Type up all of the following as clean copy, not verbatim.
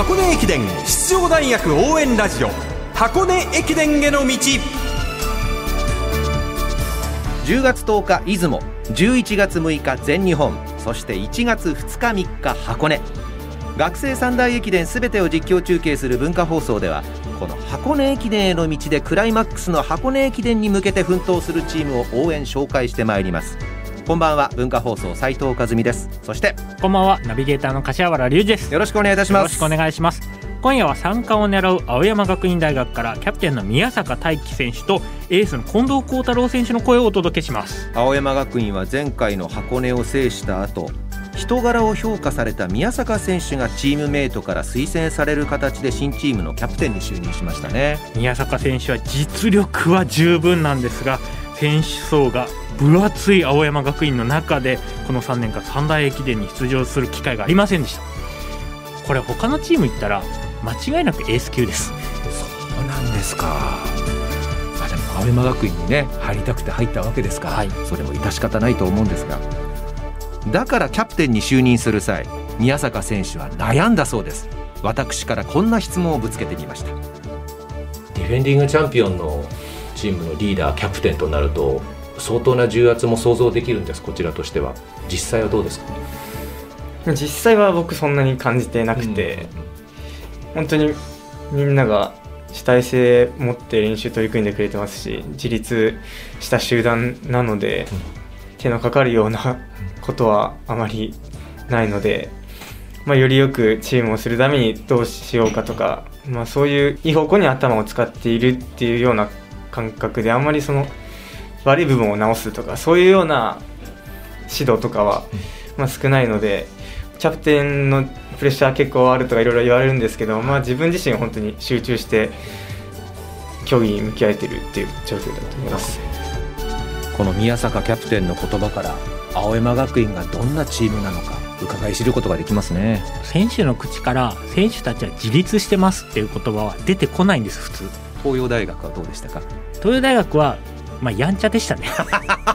箱根駅伝出場大学応援ラジオ、箱根駅伝への道。 10月10日出雲、11月6日全日本、そして1月2日3日箱根。学生三大駅伝すべてを実況中継する文化放送では、この箱根駅伝への道でクライマックスの箱根駅伝に向けて奮闘するチームを応援紹介してまいります。こんばんは、文化放送斉藤和美です。そしてこんばんは、ナビゲーターの柏原隆二です。 よろしくお願いいたします。 よろしくお願いします。今夜は3冠を狙う青山学院大学からキャプテンの宮坂大輝選手とエースの近藤幸太郎選手の声をお届けします。 青山学院は前回の箱根を制した後、人柄を評価された宮坂選手がチームメイトから推薦される形で新チームのキャプテンに就任しましたね。 宮坂選手は実力は十分なんですが、選手層が分厚い青山学院の中でこの3年間三大駅伝に出場する機会がありませんでした。これ他のチーム行ったら間違いなくエース級です。 そうなんですか。でも青山学院にね入りたくて入ったわけですから、はい、それも致し方ないと思うんですが、だからキャプテンに就任する際、宮坂選手は悩んだそうです。私からこんな質問をぶつけてみました。 ディフェンディングチャンピオンのチームのリーダー、キャプテンとなると相当な重圧も想像できるんです。こちらとしては実際はどうですか？ 実際は僕そんなに感じてなくて、本当にみんなが主体性持って練習取り組んでくれてますし、自立した集団なので、手のかかるようなことはあまりないので、よりよくチームをするためにどうしようかとか、そういういい方向に頭を使っているっていうような感覚で、あんまりその悪い部分を直すとかそういうような指導とかは少ないので、キャプテンのプレッシャー結構あるとかいろいろ言われるんですけど、自分自身本当に集中して競技に向き合えているっていう状況だと思います。 この宮坂キャプテンの言葉から青山学院がどんなチームなのか伺い知ることができますね。 選手の口から選手たちは自立してますっていう言葉は出てこないんです、普通。 東洋大学はどうでしたか？ 東洋大学はやんちゃでしたねそう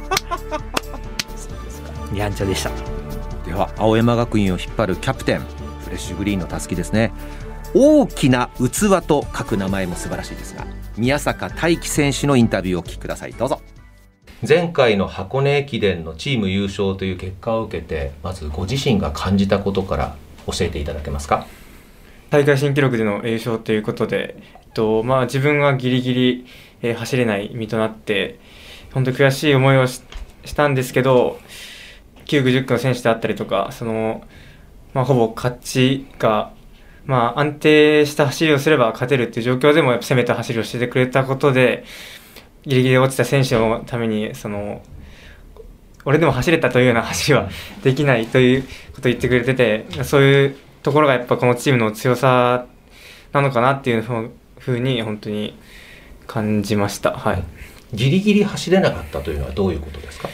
ですか。 やんちゃでした。 では青山学院を引っ張るキャプテン、フレッシュグリーンのたすきですね。大きな器と書く名前も素晴らしいですが、宮坂大輝選手のインタビューをお聞きください。どうぞ。 前回の箱根駅伝のチーム優勝という結果を受けて、まずご自身が感じたことから教えていただけますか？ 大会新記録での優勝ということで、自分がギリギリ、走れない身となって本当に悔しい思いを したんですけど、9区10区の選手であったりとか、ほぼ勝ちが、安定した走りをすれば勝てるっていう状況でもやっぱ攻めた走りをしてくれたことで、ギリギリ落ちた選手のために俺でも走れたというような走りはできないということを言ってくれてて、そういうところがやっぱこのチームの強さなのかなっていうふうに本当に感じました。はい。 ギリギリ走れなかったというのはどういうことですか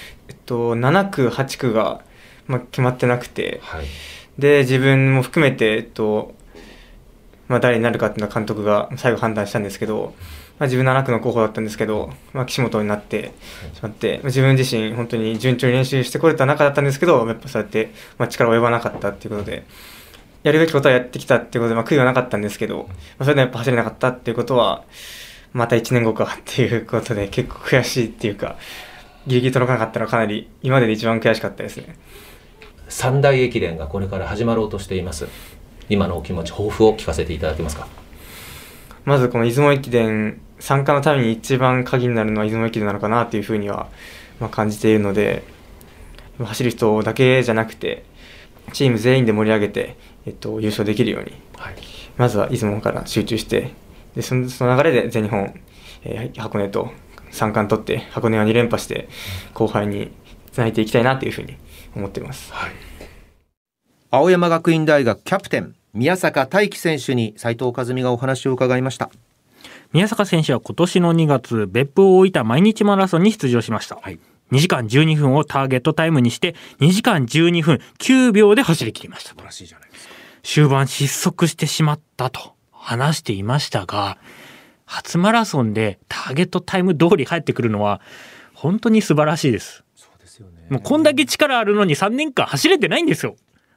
？7区8区が、決まってなくて、 はい、 で自分も含めて、誰になるかっていうのは監督が最後判断したんですけど、自分7区の候補だったんですけど、岸本になってしまって、自分自身本当に順調に練習してこれた中だったんですけど、やっぱそうやって、力及ばなかったっていうことで、やるべきことはやってきたっていうことで、悔いはなかったんですけど、それでやっぱ走れなかったっていうことはまた1年後かっていうことで、結構悔しいっていうか、ギリギリ届かなかったのはかなり今までで一番悔しかったですね。 三大駅伝がこれから始まろうとしています。今のお気持ち、抱負を聞かせていただけますか？ まずこの出雲駅伝参加のために一番鍵になるのは出雲駅伝なのかなというふうには感じているので、走る人だけじゃなくてチーム全員で盛り上げて、優勝できるように、まずは出雲から集中して、でその流れで全日本、箱根と3冠取って箱根は2連覇して後輩につないでいきたいなというふうに思っています。 青山学院大学キャプテン宮坂大輝選手に斉藤和美がお話を伺いました。 宮坂選手は今年の2月、別府大分毎日マラソンに出場しました。2時間12分をターゲットタイムにして2時間12分9秒で走り切りました。 素晴らしいじゃないですか。 終盤失速してしまったと話していましたが、初マラソンでターゲットタイム通り入ってくるのは本当に素晴らしいです。 そうですよね。 もうこんだけ力あるのに3年間走れてないんですよ。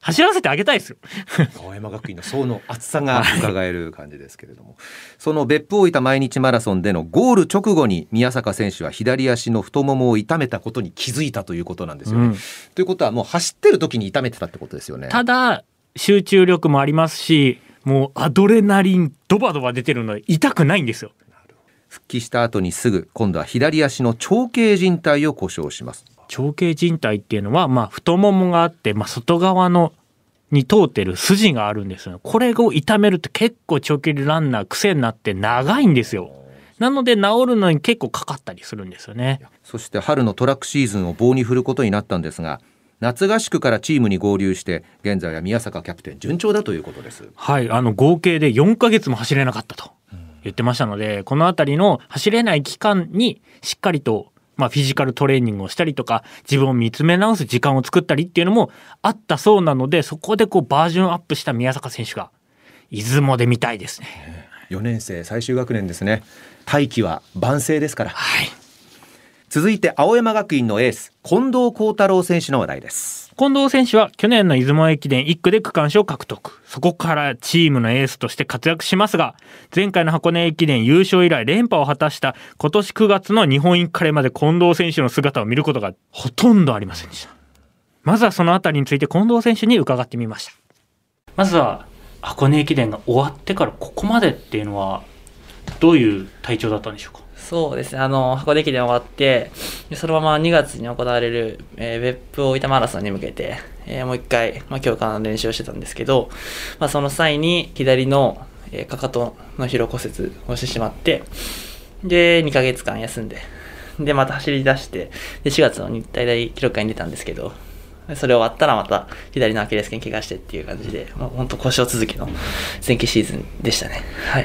走らせてあげたいですよ青山学院の層の厚さが伺える感じですけれども、その別府大分毎日マラソンでのゴール直後に宮坂選手は左足の太ももを痛めたことに気づいたということなんですよね、ということはもう走ってる時に痛めてたってことですよね。 ただ集中力もありますし、もうアドレナリンドバドバ出てるので痛くないんですよ。 復帰した後にすぐ今度は左足の長径靭帯を故障します。 長径靭帯っていうのは、太ももがあって、外側のに通ってる筋があるんですよ。これを痛めると結構長距離ランナー癖になって長いんですよ。なので治るのに結構かかったりするんですよね。 そして春のトラックシーズンを棒に振ることになったんですが、夏合宿からチームに合流して現在は宮坂キャプテン順調だということです。 はい、合計で4ヶ月も走れなかったと言ってましたので、このあたりの走れない期間にしっかりとフィジカルトレーニングをしたりとか、自分を見つめ直す時間を作ったりっていうのもあったそうなので、そこでバージョンアップした宮坂選手が出雲で見たいですね。 4年生最終学年ですね。大器は万世ですから、 はい、 続いて青山学院のエース近藤幸太郎選手の話題です。 近藤選手は去年の出雲駅伝1区で区間賞を獲得、そこからチームのエースとして活躍しますが、前回の箱根駅伝優勝以来連覇を果たした今年9月の日本インカレまで近藤選手の姿を見ることがほとんどありませんでした。まずはそのあたりについて近藤選手に伺ってみました。まずは箱根駅伝が終わってからここまでっていうのはどういう体調だったんでしょうか。 そうですね、箱根駅伝終わってそのまま2月に行われる、別府大分マラソンに向けて、もう一回、強化の練習をしてたんですけど、その際に左の、かかとの疲労骨折をしてしまって、で2ヶ月間休んで、でまた走り出して、で4月の日体大記録会に出たんですけど、それ終わったらまた左のアキレス腱怪我してっていう感じで、もう本当故障続きの前期シーズンでしたね。はい。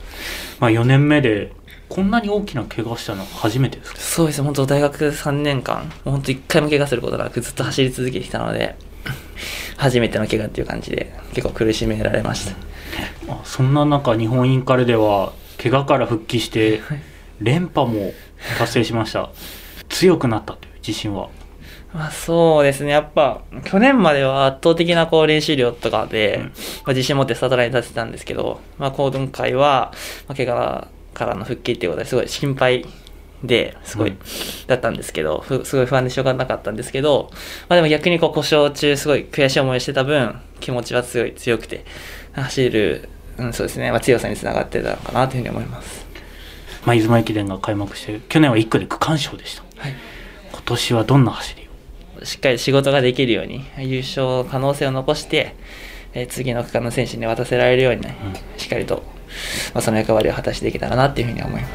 4年目でこんなに大きな怪我をしたのは初めてですか。 そうです。本当大学3年間もう本当1回も怪我することなくずっと走り続けてきたので、初めての怪我っていう感じで結構苦しめられました。 そんな中日本インカレでは怪我から復帰して連覇も達成しました。強くなったという自信は。 そうですね、やっぱ去年までは圧倒的な練習量とかで、自信持ってスタートラインに立ててたんですけど、今回は怪我からの復帰っていうことですごい心配ですごいだったんですけど、すごい不安でしょうがなかったんですけど、でも逆に故障中すごい悔しい思いしてた分気持ちは強くて走る、そうですね、強さにつながってたのかなというふうに思います。 出雲駅伝が開幕して去年は1区で区間賞でした、はい、今年はどんな走りをしっかり仕事ができるように優勝可能性を残して、次の区間の選手に渡せられるように、しっかりとその役割を果たしていけたらなというふうに思います。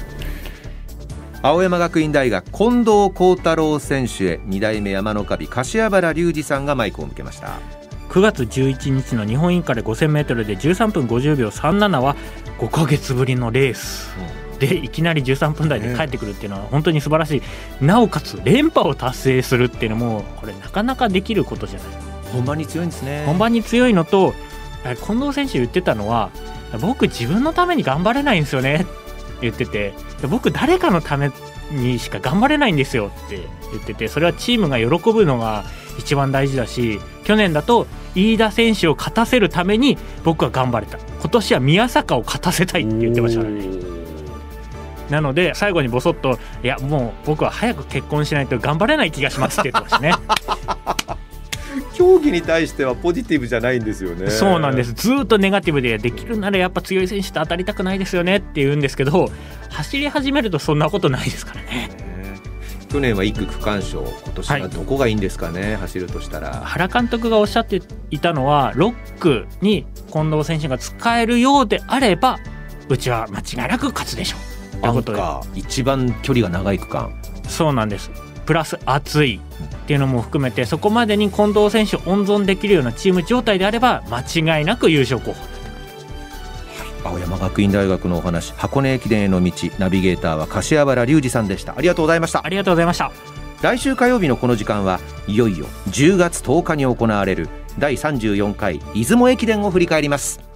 青山学院大学近藤幸太郎選手へ2代目山の神柏原隆二さんがマイクを向けました。 9月11日の日本インカレ 5000m で13分50秒37は5ヶ月ぶりのレースでいきなり13分台で帰ってくるっていうのは本当に素晴らしい。なおかつ連覇を達成するっていうのもこれなかなかできることじゃない。 本番に強いんですね。 本番に強いのと、近藤選手言ってたのは、僕自分のために頑張れないんですよねって言ってて、僕誰かのためにしか頑張れないんですよって言ってて、それはチームが喜ぶのが一番大事だし、去年だと飯田選手を勝たせるために僕は頑張れた、今年は宮坂を勝たせたいって言ってましたからね。なので最後にボソッと、いやもう僕は早く結婚しないと頑張れない気がしますって言ってましたね。 競技に対してはポジティブじゃないんですよね。 そうなんです。ずっとネガティブで、できるならやっぱ強い選手と当たりたくないですよねって言うんですけど、走り始めるとそんなことないですからね。 去年は1区区間賞、今年はどこがいいんですかね、走るとしたら。 原監督がおっしゃっていたのは、6区に近藤選手が使えるようであればうちは間違いなく勝つでしょうということで、 一番距離が長い区間。そうなんです。プラス暑いっていうのも含めて、そこまでに近藤選手を温存できるようなチーム状態であれば間違いなく優勝候補。 青山学院大学のお話、箱根駅伝への道、ナビゲーターは柏原隆二さんでした。ありがとうございました。 ありがとうございました。 来週火曜日のこの時間はいよいよ10月10日に行われる第34回出雲駅伝を振り返ります。